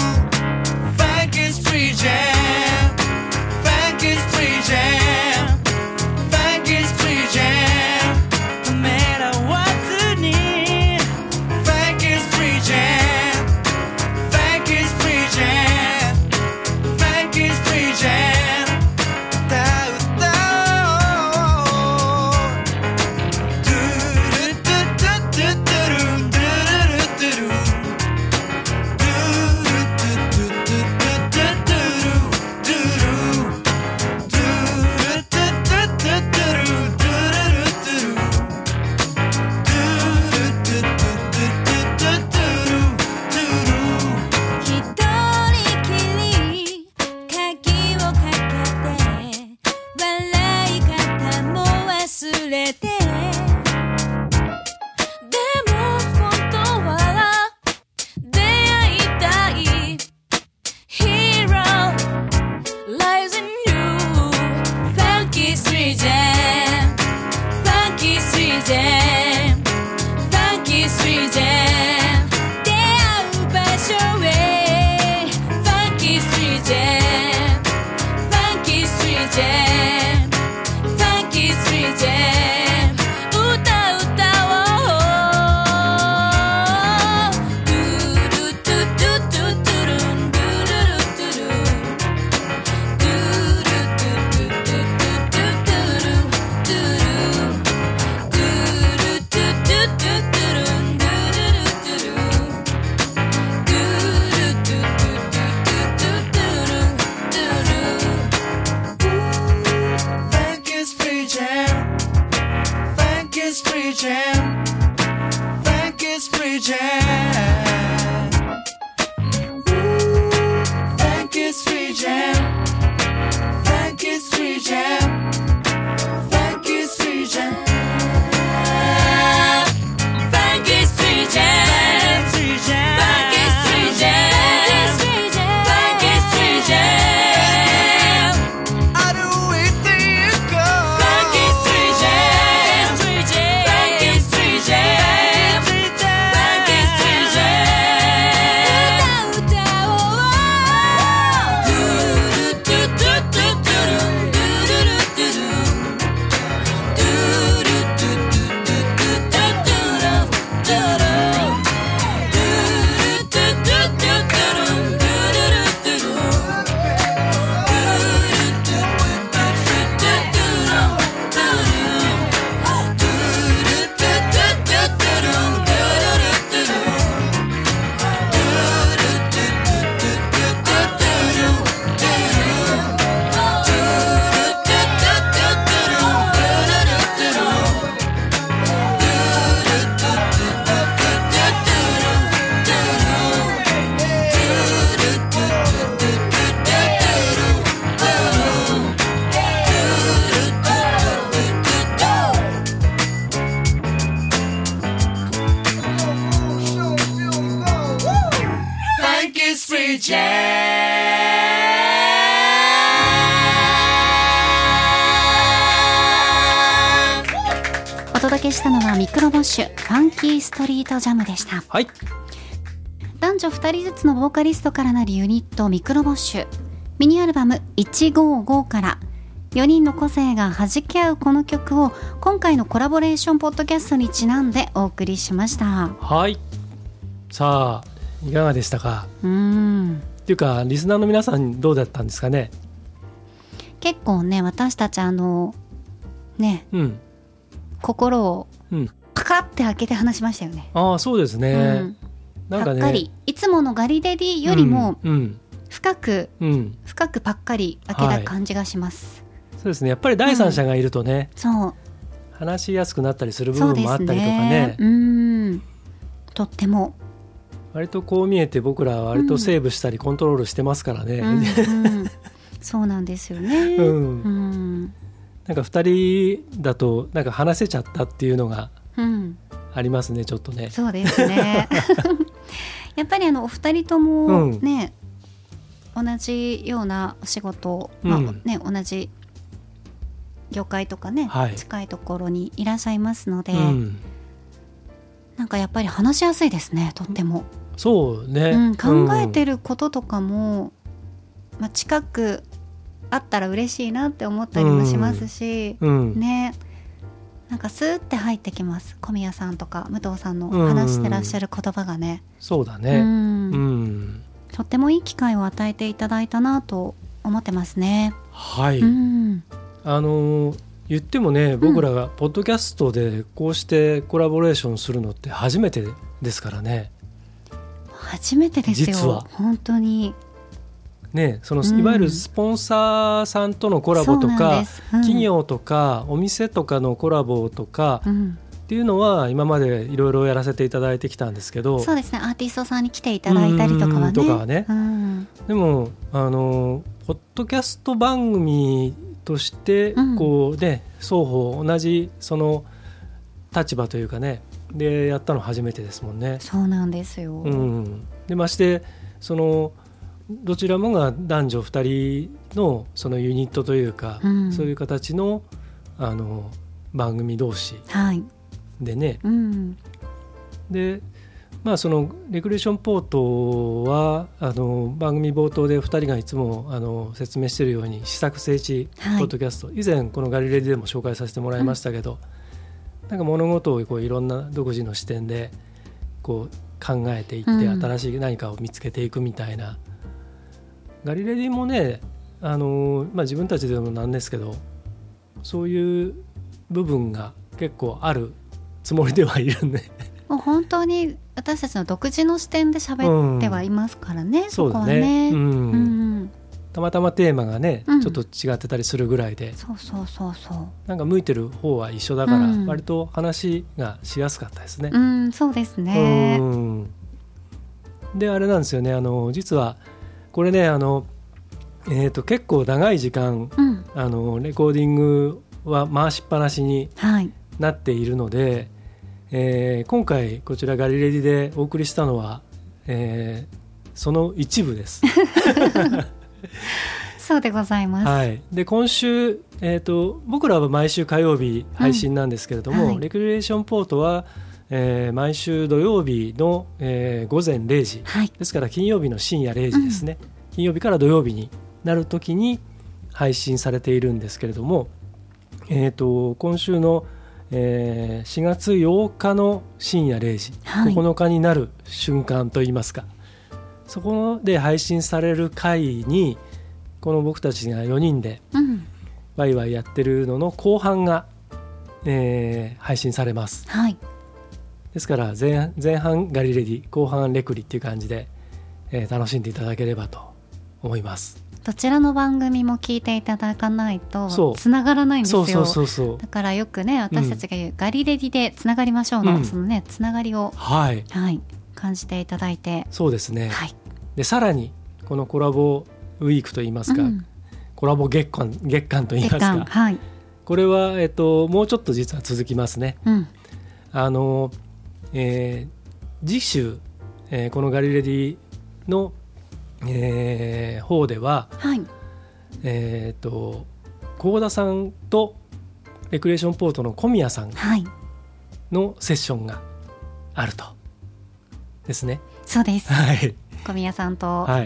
Free jam, funk is free jam, funk is free jam. No matter what's need, funk is free jam, funk is free jam, funk is free jam. Da da do do do do do do do do do. Do 3J。 お届けしたのはミクロボッシュファンキーストリートジャムでした。 はい。 男女2人ずつのボーカリストからなるユニットミクロボッシュ、ミニアルバム155から4人の個性が弾き合うこの曲を今回のコラボレーションポッドキャストにちなんでお送りしました。 はい。さあいかがでしたか。っていうかリスナーの皆さんどうだったんですかね。 結構ね、私たちね、心をパカって開けて話しましたよね。 ああ、そうですね。なんかね、 ぱっかりいつものガリレディよりも深くパッカリ開けた感じがします。 そうですね。やっぱり第三者がいるとね、 そう話しやすくなったりする部分もあったりとかね。 とっても割とこう見えて僕らは割とセーブしたりコントロールしてますからね。 そうなんですよね。 なんか2人だとなんか話せちゃったっていうのがありますね、ちょっとね。 そうですね。やっぱりお二人ともね、同じようなお仕事、同じ業界とかね、近いところにいらっしゃいますので、なんかやっぱり話しやすいですね、とっても。 そうね、 考えてることとかも、近くあったら嬉しいなって思ったりもしますし、ね、なんかスーって入ってきます。小宮さんとか武藤さんの話してらっしゃる言葉がね。 そうだね。 とってもいい機会を与えていただいたなと思ってますね。 はい。言ってもね、僕らがポッドキャストでこうしてコラボレーションするのって初めてですからね。 初めてですよ。実は本当に。 ね、いわゆるスポンサーさんとのコラボとか、企業とかお店とかのコラボとかっていうのは今までいろいろやらせていただいてきたんですけど。 そうですね。アーティストさんに来ていただいたりとかはね。 でもポッドキャスト番組としてこうね、双方同じその立場というかねでやったの初めてですもんね。 そうなんですよ。 でましてどちらもが男女2人のそのユニットというか、そういう形の番組同士でね、でそのレクレーションポートは番組冒頭で2人がいつも説明しているように試作聖地ポッドキャスト、以前このガリレディでも紹介させてもらいましたけど、なんか物事をこういろんな独自の視点でこう考えていって、新しい何かを見つけていくみたいな。ガリレディもね、自分たちでもなんですけど、そういう部分が結構あるつもりではいるんでもう本当に私たちの独自の視点で喋ってはいますからね、 そうだね。たまたまテーマがね、ちょっと違ってたりするぐらいで、なんか向いてる方は一緒だから、割と話がしやすかったですね。 そうですね。 であれなんですよね、実はこれね結構長い時間、レコーディングは回しっぱなしになっているので、今回こちらガリレディでお送りしたのは、その一部ですそうでございます、 で今週、僕らは毎週火曜日配信なんですけれども、レクリエーションポートは毎週土曜日の、午前0時、ですから金曜日の深夜0時ですね、金曜日から土曜日になるときに配信されているんですけれども、今週の、4月8日の深夜0時、9日になる瞬間といいますか、そこで配信される回にこの僕たちが4人でワイワイやってるのの後半が、配信されます、ですから前半ガリレディ、後半レクリっていう感じで、楽しんでいただければと思います。 どちらの番組も聞いていただかないとつながらないんですよ。だからよくね、私たちが言うガリレディでつながりましょうの、そのねつながりを、感じていただいて。そうですね、 でさらにこのコラボウィークといいますか、コラボ月間といいますか、これは、もうちょっと実は続きますね。次週、このガリレディの、 方では、 はい、 幸田さんとレクリエーションポートの小宮さんのセッションがあるとですね。 そうです、 はい、 小宮さんと、 はい、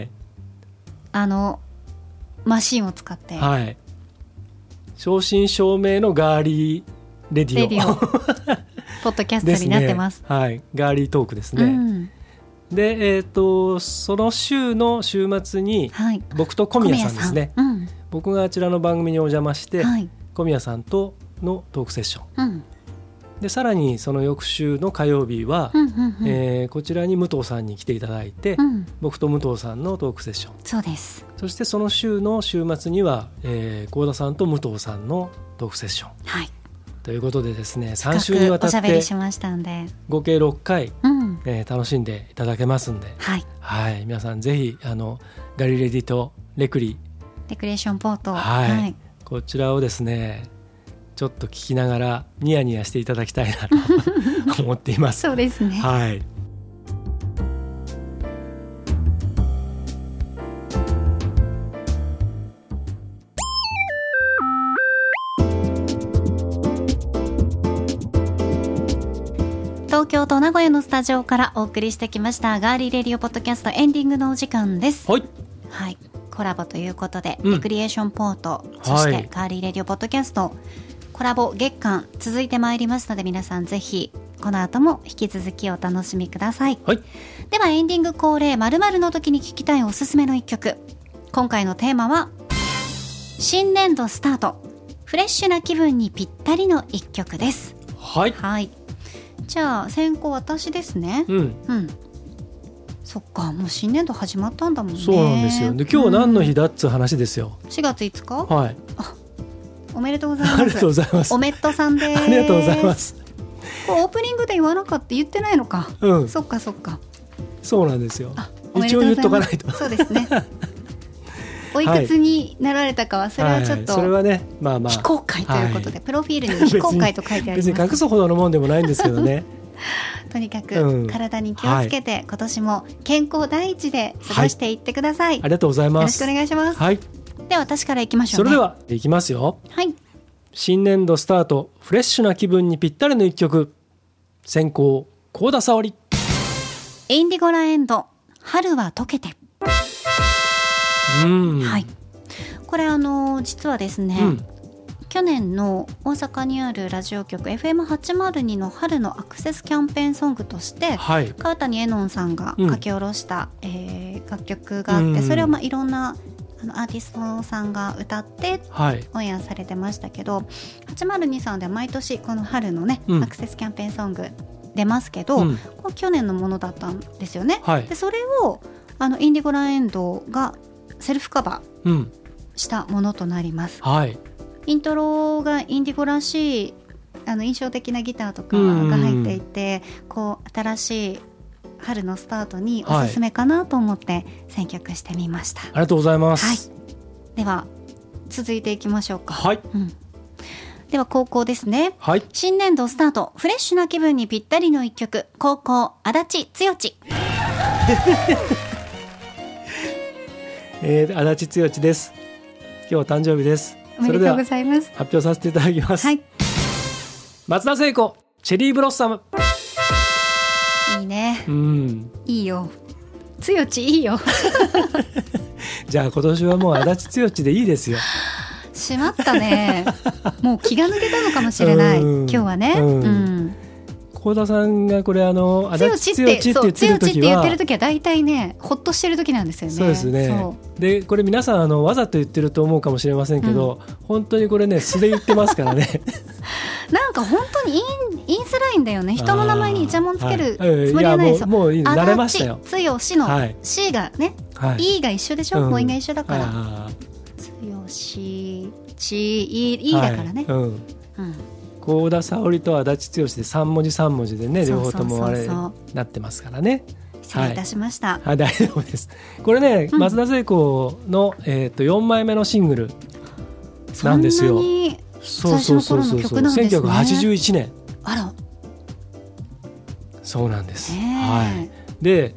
マシンを使って、 はい、正真正銘のガーリーレディオポッドキャストになってます。 はい、ガーリートークですね、うん、で、その週の週末に、はい、僕と小宮さんですね、うん、僕があちらの番組にお邪魔して、はい、小宮さんとのトークセッション、うん、でさらにその翌週の火曜日は、こちらに武藤さんに来ていただいて、うん、僕と武藤さんのトークセッション、 そうです。 そしてその週の週末には、幸田さんと武藤さんのトークセッション、はい、ということでですね、3週にわたっておしゃべりしましたんで合計6回、うん楽しんでいただけますんで、 はいはい、皆さんぜひガリレディとレクリエーションポート、 はいはい、こちらをですねちょっと聞きながらニヤニヤしていただきたいなと思っています。 そうですね、 はい、 東京と名古屋のスタジオからお送りしてきましたガーリーレディオポッドキャストエンディングのお時間です。 はい、 はい、コラボということで、レクリエーションポート、そしてガーリーレディオポッドキャストコラボ月間続いてまいりますので、皆さんぜひこの後も引き続きお楽しみください。 はい、 ではエンディング恒例〇〇の時に聴きたいおすすめの一曲、今回のテーマは新年度スタート、フレッシュな気分にぴったりの一曲です。 はい、 はい、じゃあ先行私ですね。 うん、 うん、そっか、もう新年度始まったんだもんね。 そうなんですよ。で今日は何の日だっつう話ですよ。 4月5日、 はい、 おめでとうございます。 ありがとうございます。 おめっとさんです。 ありがとうございます。 オープニングで言わなかった、言ってないのか、うん、そっかそっか、 そうなんですよ。一応言っとかないと。 そうですねおいくつになられたかはそれはちょっと、 それはね、まあまあ非公開ということで、プロフィールに非公開と書いてあります。 別に隠すほどのもんでもないんですけどねとにかく体に気をつけて、今年も健康第一で過ごしていってください。 ありがとうございます。 よろしくお願いします。 はい、 では私からいきましょうね。 それではいきますよ。 はい、 新年度スタート、フレッシュな気分にぴったりの一曲、先行幸田沙織、 インディゴラエンド、春は溶けて。はい、これ実はですね、去年の大阪にあるラジオ局 FM802 の春のアクセスキャンペーンソングとして、はい、川谷絵音さんが書き下ろした、楽曲があって、それをいろんなアーティストさんが歌ってオンエアされてましたけど、802さんでは毎年この春のね、アクセスキャンペーンソング出ますけど、これ去年のものだったんですよね。はい、でそれをインディゴラエンドがセルフカバーしたものとなります。 はい、 イントロがインディゴらしい印象的なギターとかが入っていて、こう新しい春のスタートにおすすめかなと思って選曲してみました。 ありがとうございます。 はい、では続いていきましょうか。 はい、 では高校ですね。 はい、 新年度スタート、フレッシュな気分にぴったりの一曲、高校足立剛足立剛です。今日は誕生日です。 おめでとうございます。 発表させていただきます。 はい、 松田聖子、チェリーブロッサム。 いいね。いいよ、剛いいよじゃあ今年はもう足立剛でいいですよ。 しまったねもう気が抜けたのかもしれない今日はね。 幸田さんがこれ足立剛って言ってる時はだいたいねほっとしてる時なんですよね。 そうですね。でこれ皆さんわざと言ってると思うかもしれませんけど、本当にこれね素で言ってますからねなんか本当に言いづらいんだよね。人の名前にイチャモンつけるつもりはないですよ。 もう慣れましたよ。 足立剛の C がね、E が一緒でしょ、母音が一緒だから、剛ち E だからね。 幸田沙織と足立剛で3文字3文字でね、両方ともあれなってますからね。 失礼いたしました。 大丈夫です。これね、松田聖子の4枚目のシングルなんですよ。 最初の頃の曲なんですね。 1981年。 あら、 そうなんです。はい。で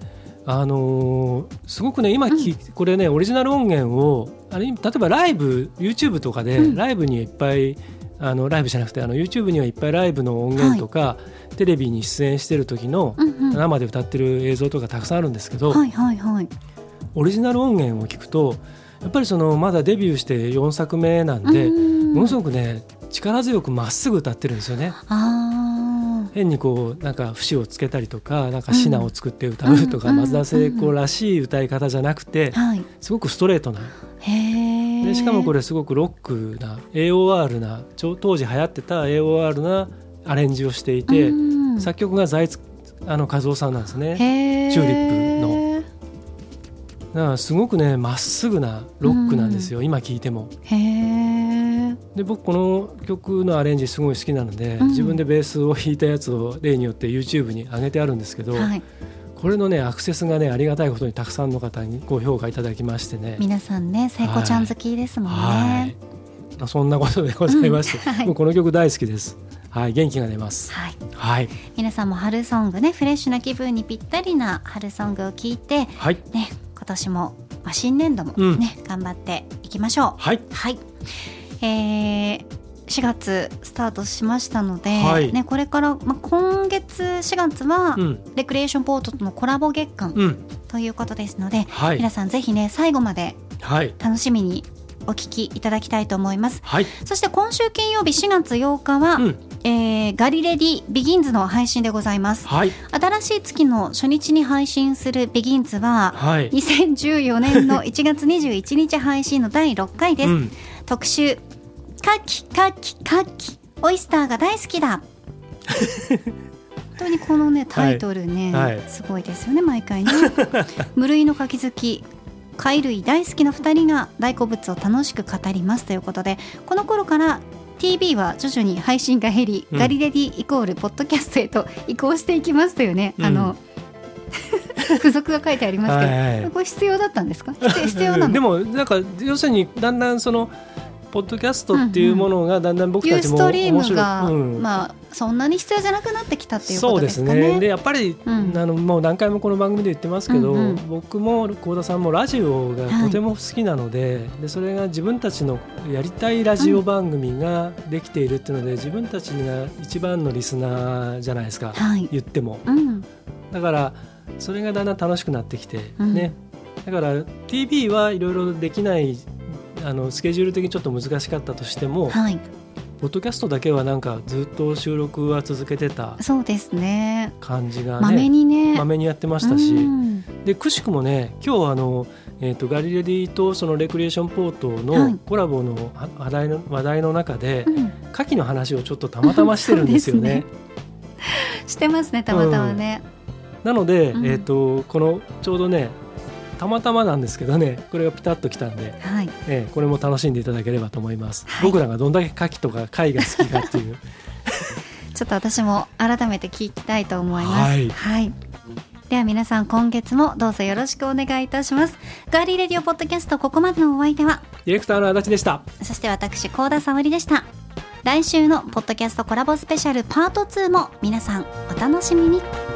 すごくね今これねオリジナル音源を例えばライブ YouTube とかでライブにいっぱいライブじゃなくてYouTube にはいっぱいライブの音源とか、テレビに出演してる時の生で歌ってる映像とかたくさんあるんですけど、オリジナル音源を聞くとやっぱりまだデビューして4作目なんで、ものすごくね力強くまっすぐ歌ってるんですよね。変になんか節をつけたりとか、なんかシナを作って歌うとか、松田聖子らしい歌い方じゃなくて、すごくストレートな。でしかもこれすごくロックな AOR な当時流行ってた AOR なアレンジをしていて、作曲が財津和夫さんなんですね。チューリップのだからすごくねまっすぐなロックなんですよ、今聴いても。で僕この曲のアレンジすごい好きなので、自分でベースを弾いたやつを例によって YouTube に上げてあるんですけど、これのねアクセスがねありがたいことにたくさんの方にご評価いただきましてね。 皆さんね聖子ちゃん好きですもんね。 そんなことでございまして、もうこの曲大好きです。元気が出ます。 皆さんも春ソングね、フレッシュな気分にぴったりな春ソングを聴いて、ね、今年も、新年度もね、頑張っていきましょう。4月スタートしましたので、これから、今月4月は、レクリエーションポートとのコラボ月間、ということですので、皆さんぜひね最後まで楽しみにお聞きいただきたいと思います。そして今週金曜日4月8日は、ガリレディビギンズの配信でございます。新しい月の初日に配信するビギンズは、2014年の1月21日配信の第6回です。特集カキカキカキオイスターが大好きだ本当にこのねタイトルね、すごいですよね毎回ね無類のカキ好き貝類大好きな2人が大好物を楽しく語りますということで、この頃から TV は徐々に配信が減り、ガリレディイコールポッドキャストへと移行していきますというね、付属が書いてありますけど、これ必要だったんですか？必要なの？ でもなんか要するにだんだんポッドキャストっていうものがだんだん僕たちも面白い、 ユーストリームが、そんなに必要じゃなくなってきたっていうことですかね。 そうですね。でやっぱり、もう何回もこの番組で言ってますけど、僕も幸田さんもラジオがとても好きなので、でそれが自分たちのやりたいラジオ番組ができているっていうので、自分たちが一番のリスナーじゃないですか、言っても、だからそれがだんだん楽しくなってきて、ね。だから TV はいろいろできないスケジュール的にちょっと難しかったとしても、ポッドキャストだけはなんかずっと収録は続けてた感じがね、まめにやってましたし、でくしくもね今日ガリレディとそのレクリエーションポートのコラボの話題の中で、牡蠣の話をちょっとたまたましてるんですよね。 してますね、たまたまね。 なので、このちょうどねたまたまなんですけどね、これがピタッときたんで、これも楽しんでいただければと思います。僕らがどんだけ牡蠣とか貝が好きかっていうちょっと私も改めて聞きたいと思います。では皆さん今月もどうぞよろしくお願いいたします。ガーリーレディオポッドキャスト、ここまでのお相手はディレクターの足立でした。 そして私幸田沙織でした。来週のポッドキャストコラボスペシャルパート2も皆さんお楽しみに。